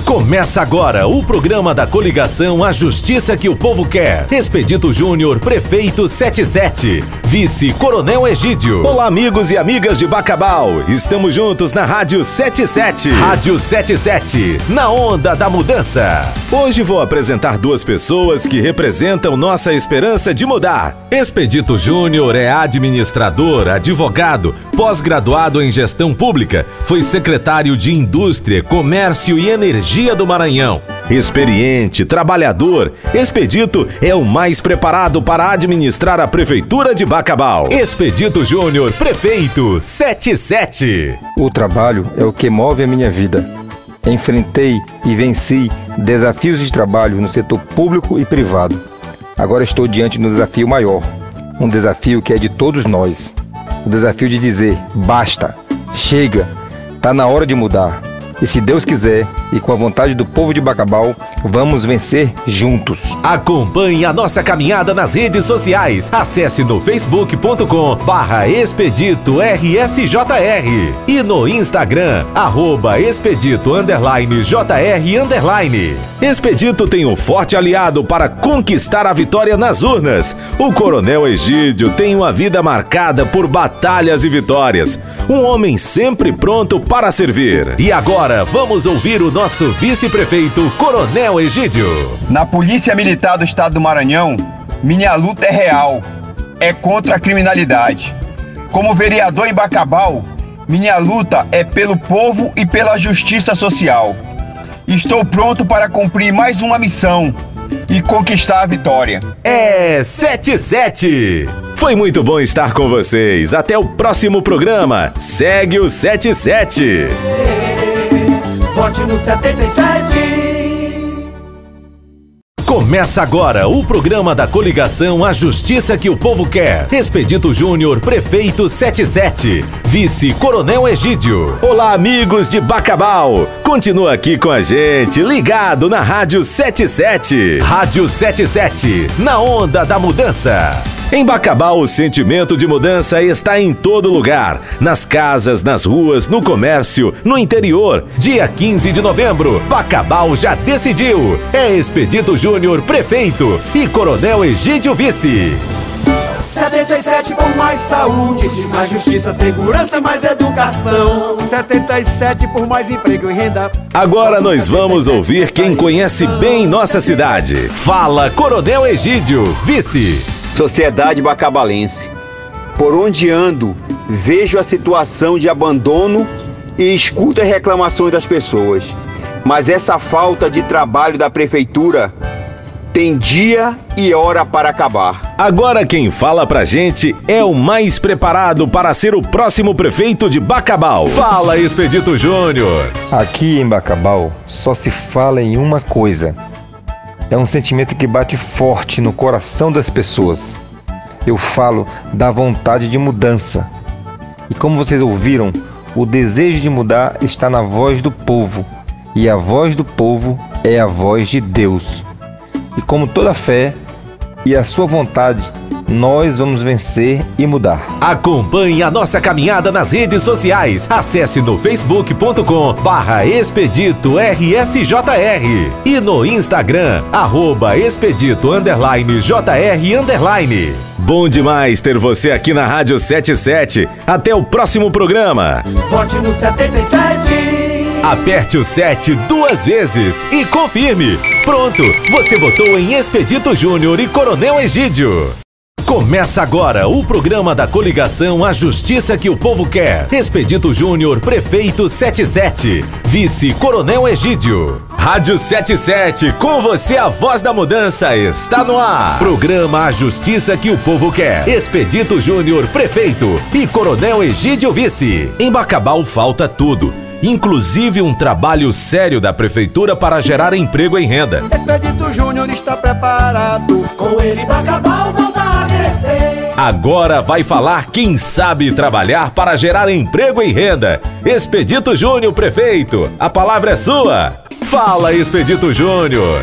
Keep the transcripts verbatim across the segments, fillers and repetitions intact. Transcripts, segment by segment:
Começa agora o programa da coligação A Justiça que o Povo Quer. Expedito Júnior, Prefeito setenta e sete. Vice Coronel Egídio. Olá, amigos e amigas de Bacabal. Estamos juntos na Rádio setenta e sete. Rádio setenta e sete, na onda da mudança. Hoje vou apresentar duas pessoas que representam nossa esperança de mudar. Expedito Júnior é administrador, advogado, pós-graduado em gestão pública. Foi secretário de Indústria, Comércio e Energia do Maranhão. Experiente, trabalhador, Expedito é o mais preparado para administrar a Prefeitura de Bacabal. Expedito Júnior, Prefeito setenta e sete. O trabalho é o que move a minha vida. Enfrentei e venci desafios de trabalho no setor público e privado. Agora estou diante de um desafio maior, um desafio que é de todos nós. O desafio de dizer, basta, chega, está na hora de mudar. E se Deus quiser, e com a vontade do povo de Bacabal, vamos vencer juntos. Acompanhe a nossa caminhada nas redes sociais. Acesse no facebook ponto com barra expedito R S J R e no Instagram, arroba expedito underline JR underline. Expedito tem um forte aliado para conquistar a vitória nas urnas. O Coronel Egídio tem uma vida marcada por batalhas e vitórias. Um homem sempre pronto para servir. E agora, vamos ouvir o nosso vice-prefeito, Coronel Egídio. Na Polícia Militar do Estado do Maranhão, minha luta é real, é contra a criminalidade. Como vereador em Bacabal, minha luta é pelo povo e pela justiça social. Estou pronto para cumprir mais uma missão e conquistar a vitória. É setenta e sete. Foi muito bom estar com vocês. Até o próximo programa. Segue o setenta e sete. Vote no setenta e sete. Começa agora o programa da coligação A Justiça que o Povo Quer. Expedito Júnior, Prefeito setenta e sete. Vice Coronel Egídio. Olá, amigos de Bacabal. Continua aqui com a gente, ligado na Rádio setenta e sete. Rádio setenta e sete, na onda da mudança. Em Bacabal, o sentimento de mudança está em todo lugar. Nas casas, nas ruas, no comércio, no interior. Dia quinze de novembro, Bacabal já decidiu. É Expedito Júnior, Prefeito, e Coronel Egídio, Vice. setenta e sete por mais saúde, mais justiça, segurança, mais educação. setenta e sete por mais emprego e renda. Agora nós vamos ouvir quem conhece bem nossa cidade. Fala, Coronel Egídio, Vice. Sociedade bacabalense. Por onde ando, vejo a situação de abandono e escuto as reclamações das pessoas. Mas essa falta de trabalho da prefeitura tem dia e hora para acabar. Agora quem fala pra gente é o mais preparado para ser o próximo prefeito de Bacabal. Fala, Expedito Júnior. Aqui em Bacabal só se fala em uma coisa. É um sentimento que bate forte no coração das pessoas. Eu falo da vontade de mudança. E como vocês ouviram, o desejo de mudar está na voz do povo. E a voz do povo é a voz de Deus. E como toda fé e a sua vontade, nós vamos vencer e mudar. Acompanhe a nossa caminhada nas redes sociais. Acesse no facebook ponto com barra expedito R S J R e no Instagram, arroba expedito underline JR underline. Bom demais ter você aqui na Rádio setenta e sete. Até o próximo programa. Vote no setenta e sete. Aperte o sete duas vezes e confirme. Pronto, você votou em Expedito Júnior e Coronel Egídio. Começa agora o programa da coligação A Justiça que o Povo Quer. Expedito Júnior, Prefeito setenta e sete. Vice Coronel Egídio. Rádio setenta e sete, com você a voz da mudança está no ar. Programa A Justiça que o Povo Quer. Expedito Júnior, Prefeito, e Coronel Egídio, Vice. Em Bacabal falta tudo, inclusive um trabalho sério da Prefeitura para gerar emprego e renda. Expedito Júnior está preparado, com ele Bacabal volta a crescer. Agora vai falar quem sabe trabalhar para gerar emprego e renda. Expedito Júnior, Prefeito, a palavra é sua. Fala, Expedito Júnior.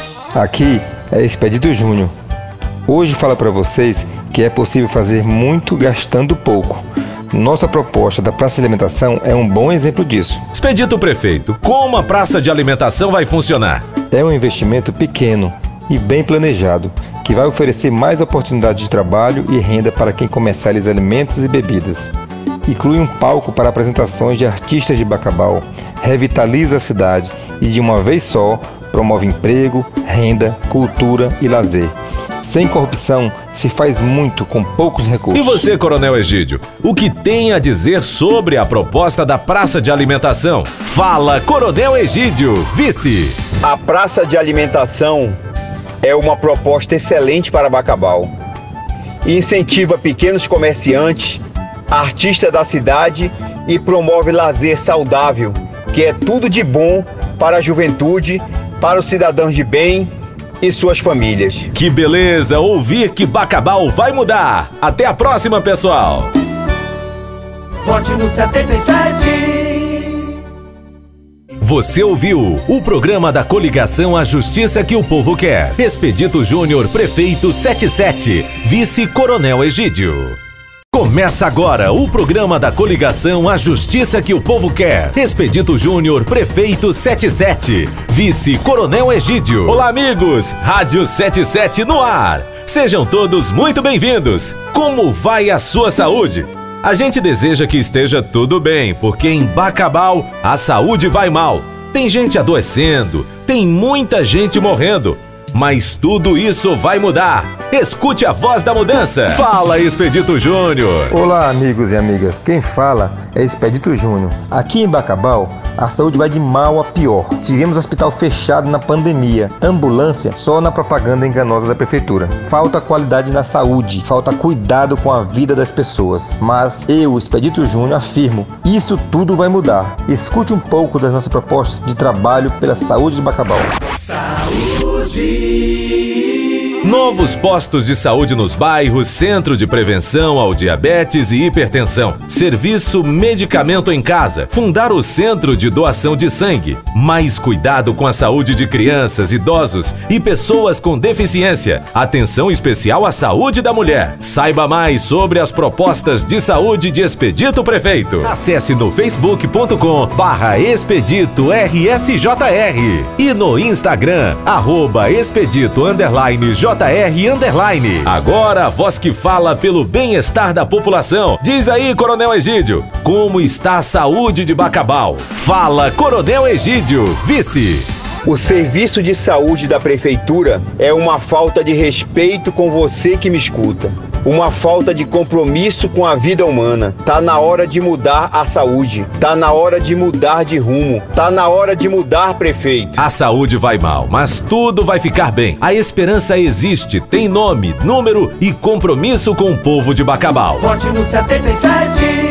Aqui é Expedito Júnior. Hoje falo para vocês que é possível fazer muito gastando pouco. Nossa proposta da praça de alimentação é um bom exemplo disso. Expedito Prefeito, como a praça de alimentação vai funcionar? É um investimento pequeno e bem planejado, que vai oferecer mais oportunidades de trabalho e renda para quem comercializa alimentos e bebidas. Inclui um palco para apresentações de artistas de Bacabal, revitaliza a cidade e, de uma vez só, promove emprego, renda, cultura e lazer. Sem corrupção, se faz muito com poucos recursos. E você, Coronel Egídio, o que tem a dizer sobre a proposta da praça de alimentação? Fala, Coronel Egídio, vice! A praça de alimentação é uma proposta excelente para Bacabal. Incentiva pequenos comerciantes, artistas da cidade e promove lazer saudável, que é tudo de bom para a juventude, para os cidadãos de bem e suas famílias. Que beleza ouvir que Bacabal vai mudar. Até a próxima, pessoal. Vote no setenta e sete. Você ouviu o programa da coligação A Justiça que o Povo Quer. Expedito Júnior, Prefeito setenta e sete, Vice-Coronel Egídio. Começa agora o programa da coligação A Justiça que o Povo Quer. Expedito Júnior, Prefeito setenta e sete, Vice-Coronel Egídio. Olá, amigos! Rádio setenta e sete no ar. Sejam todos muito bem-vindos. Como vai a sua saúde? A gente deseja que esteja tudo bem, porque em Bacabal a saúde vai mal. Tem gente adoecendo, tem muita gente morrendo. Mas tudo isso vai mudar. Escute a voz da mudança. Fala, Expedito Júnior. Olá, amigos e amigas. Quem fala é Expedito Júnior. Aqui em Bacabal, a saúde vai de mal a pior. Tivemos hospital fechado na pandemia, ambulância só na propaganda enganosa da prefeitura. Falta qualidade na saúde, falta cuidado com a vida das pessoas. Mas eu, Expedito Júnior, afirmo, isso tudo vai mudar. Escute um pouco das nossas propostas de trabalho pela saúde de Bacabal. Saúde. Novos postos de saúde nos bairros, centro de prevenção ao diabetes e hipertensão, serviço medicamento em casa, fundar o centro de doação de sangue, mais cuidado com a saúde de crianças, idosos e pessoas com deficiência, atenção especial à saúde da mulher. Saiba mais sobre as propostas de saúde de Expedito Prefeito. Acesse no facebook ponto com barra expedito R S J R e no Instagram, arroba expedito underline J R underline. Agora a voz que fala pelo bem-estar da população. Diz aí, Coronel Egídio, como está a saúde de Bacabal? Fala, Coronel Egídio, vice. O serviço de saúde da prefeitura é uma falta de respeito com você que me escuta. Uma falta de compromisso com a vida humana. Tá na hora de mudar a saúde. Tá na hora de mudar de rumo. Tá na hora de mudar, prefeito. A saúde vai mal, mas tudo vai ficar bem. A esperança existe, tem nome, número e compromisso com o povo de Bacabal. Vote no setenta e sete.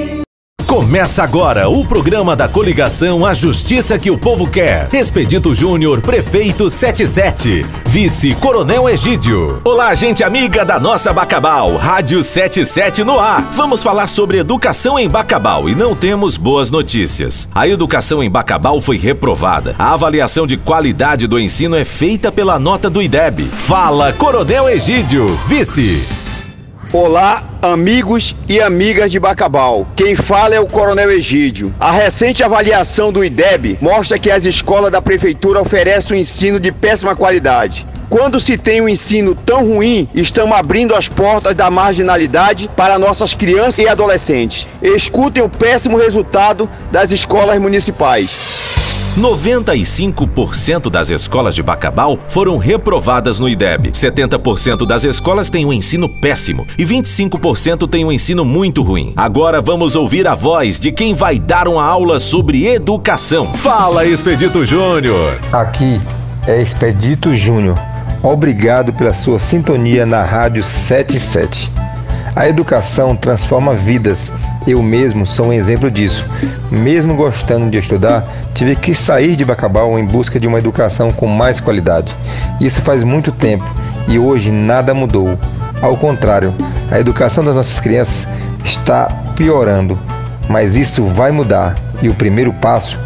Começa agora o programa da coligação A Justiça que o Povo Quer. Expedito Júnior, Prefeito setenta e sete, Vice-Coronel Egídio. Olá, gente amiga da nossa Bacabal, Rádio setenta e sete no ar. Vamos falar sobre educação em Bacabal e não temos boas notícias. A educação em Bacabal foi reprovada. A avaliação de qualidade do ensino é feita pela nota do I D E B. Fala, Coronel Egídio, vice. Olá, amigos e amigas de Bacabal. Quem fala é o Coronel Egídio. A recente avaliação do I D E B mostra que as escolas da prefeitura oferecem um ensino de péssima qualidade. Quando se tem um ensino tão ruim, estamos abrindo as portas da marginalidade para nossas crianças e adolescentes. Escutem o péssimo resultado das escolas municipais. noventa e cinco por cento das escolas de Bacabal foram reprovadas no I D E B. setenta por cento das escolas têm um ensino péssimo e vinte e cinco por cento têm um ensino muito ruim. Agora vamos ouvir a voz de quem vai dar uma aula sobre educação. Fala, Expedito Júnior! Aqui é Expedito Júnior. Obrigado pela sua sintonia na Rádio setenta e sete. A educação transforma vidas. Eu mesmo sou um exemplo disso. Mesmo gostando de estudar, tive que sair de Bacabal em busca de uma educação com mais qualidade. Isso faz muito tempo e hoje nada mudou. Ao contrário, a educação das nossas crianças está piorando. Mas isso vai mudar e o primeiro passo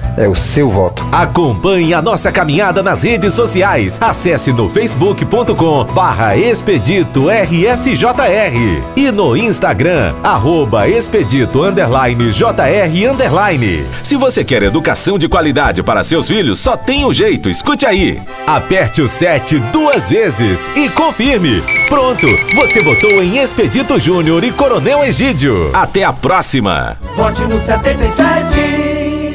é o seu voto. Acompanhe a nossa caminhada nas redes sociais. Acesse no facebook ponto com barra expedito R S J R e no Instagram, arroba expedito underline JR underline. Se você quer educação de qualidade para seus filhos, só tem um jeito, escute aí. Aperte o sete duas vezes e confirme. Pronto, você votou em Expedito Júnior e Coronel Egídio. Até a próxima. Vote no setenta e sete.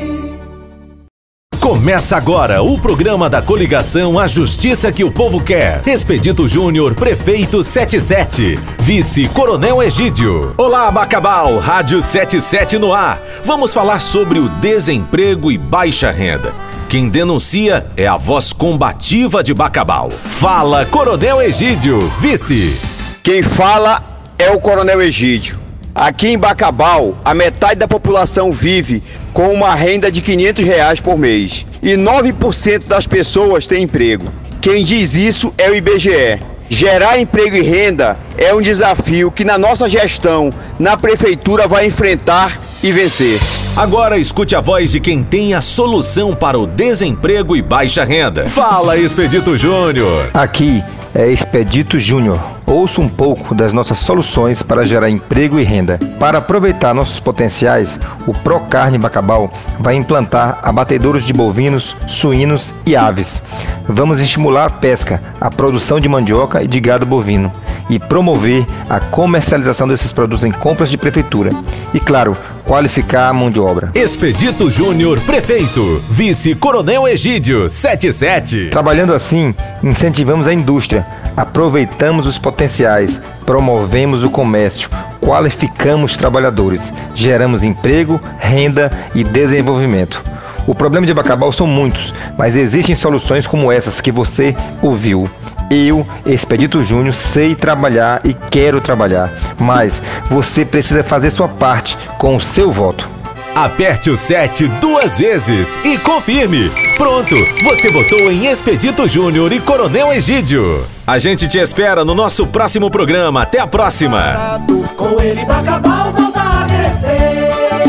Começa agora o programa da coligação A Justiça que o Povo Quer. Expedito Júnior, Prefeito setenta e sete. Vice Coronel Egídio. Olá, Bacabal, Rádio setenta e sete no ar. Vamos falar sobre o desemprego e baixa renda. Quem denuncia é a voz combativa de Bacabal. Fala, Coronel Egídio, vice. Quem fala é o Coronel Egídio. Aqui em Bacabal, a metade da população vive com uma renda de quinhentos reais por mês. E nove por cento das pessoas têm emprego. Quem diz isso é o I B G E. Gerar emprego e renda é um desafio que na nossa gestão, na prefeitura, vai enfrentar e vencer. Agora escute a voz de quem tem a solução para o desemprego e baixa renda. Fala, Expedito Júnior. Aqui é Expedito Júnior. Ouça um pouco das nossas soluções para gerar emprego e renda. Para aproveitar nossos potenciais, o Procarne Bacabal vai implantar abatedouros de bovinos, suínos e aves. Vamos estimular a pesca, a produção de mandioca e de gado bovino e promover a comercialização desses produtos em compras de prefeitura. E claro, qualificar a mão de obra. Expedito Júnior, Prefeito. Vice Coronel Egídio, setenta e sete. Trabalhando assim, incentivamos a indústria, aproveitamos os potenciais, promovemos o comércio, qualificamos trabalhadores, geramos emprego, renda e desenvolvimento. O problema de Bacabal são muitos, mas existem soluções como essas que você ouviu. Eu, Expedito Júnior, sei trabalhar e quero trabalhar, mas você precisa fazer sua parte com o seu voto. Aperte o sete duas vezes e confirme. Pronto, você votou em Expedito Júnior e Coronel Egídio. A gente te espera no nosso próximo programa. Até a próxima. Com ele Bacabal volta a crescer.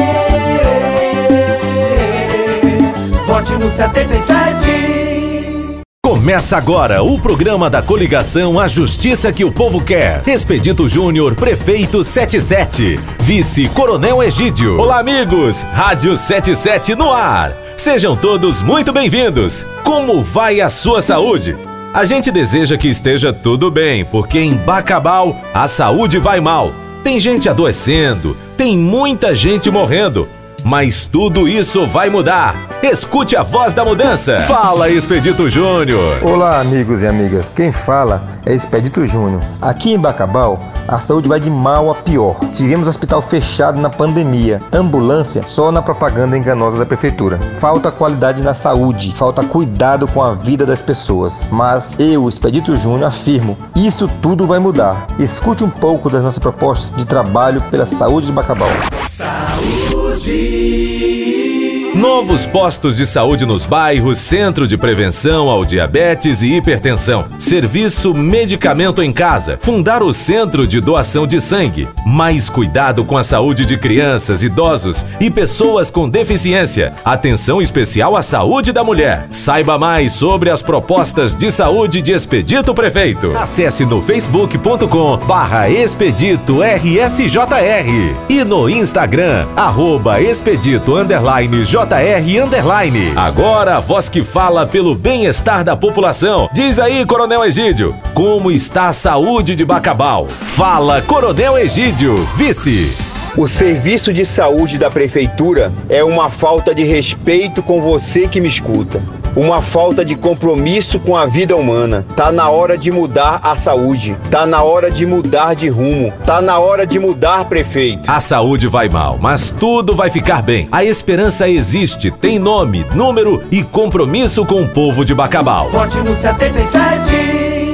Vote no setenta e sete. Começa agora o programa da coligação A Justiça que o Povo Quer. Expedito Júnior, Prefeito setenta e sete. Vice Coronel Egídio. Olá, amigos. Rádio setenta e sete no ar. Sejam todos muito bem-vindos. Como vai a sua saúde? A gente deseja que esteja tudo bem, porque em Bacabal a saúde vai mal. Tem gente adoecendo, tem muita gente morrendo. Mas tudo isso vai mudar. Escute a voz da mudança. Fala, Expedito Júnior. Olá, amigos e amigas. Quem fala é Expedito Júnior. Aqui em Bacabal, a saúde vai de mal a pior. Tivemos hospital fechado na pandemia, ambulância só na propaganda enganosa da prefeitura. Falta qualidade na saúde, falta cuidado com a vida das pessoas. Mas eu, Expedito Júnior, afirmo, isso tudo vai mudar. Escute um pouco das nossas propostas de trabalho pela saúde de Bacabal. Saúde. Novos postos de saúde nos bairros, centro de prevenção ao diabetes e hipertensão, serviço medicamento em casa, fundar o centro de doação de sangue, mais cuidado com a saúde de crianças, idosos e pessoas com deficiência, atenção especial à saúde da mulher. Saiba mais sobre as propostas de saúde de Expedito Prefeito. Acesse no facebook ponto com barra expedito R S J R e no Instagram, arroba expedito underline J R underline. Agora a voz que fala pelo bem-estar da população. Diz aí, Coronel Egídio, como está a saúde de Bacabal? Fala, Coronel Egídio, vice. O serviço de saúde da prefeitura é uma falta de respeito com você que me escuta. Uma falta de compromisso com a vida humana. Tá na hora de mudar a saúde. Tá na hora de mudar de rumo. Tá na hora de mudar, prefeito. A saúde vai mal, mas tudo vai ficar bem. A esperança existe, tem nome, número e compromisso com o povo de Bacabal. Vote no setenta e sete.